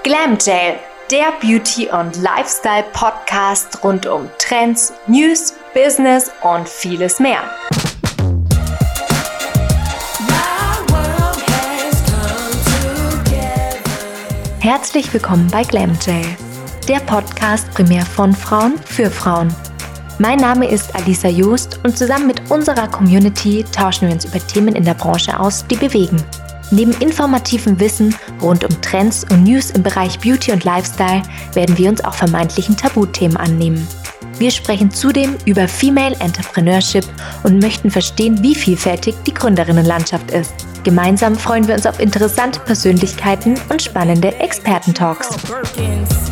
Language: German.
Glam Jail, der Beauty- und Lifestyle-Podcast rund um Trends, News, Business und vieles mehr. Herzlich willkommen bei Glam Jail, der Podcast primär von Frauen für Frauen. Mein Name ist Alisa Joost und zusammen mit unserer Community tauschen wir uns über Themen in der Branche aus, die bewegen. Neben informativem Wissen rund um Trends und News im Bereich Beauty und Lifestyle werden wir uns auch vermeintlichen Tabuthemen annehmen. Wir sprechen zudem über Female Entrepreneurship und möchten verstehen, wie vielfältig die Gründerinnenlandschaft ist. Gemeinsam freuen wir uns auf interessante Persönlichkeiten und spannende Experten-Talks.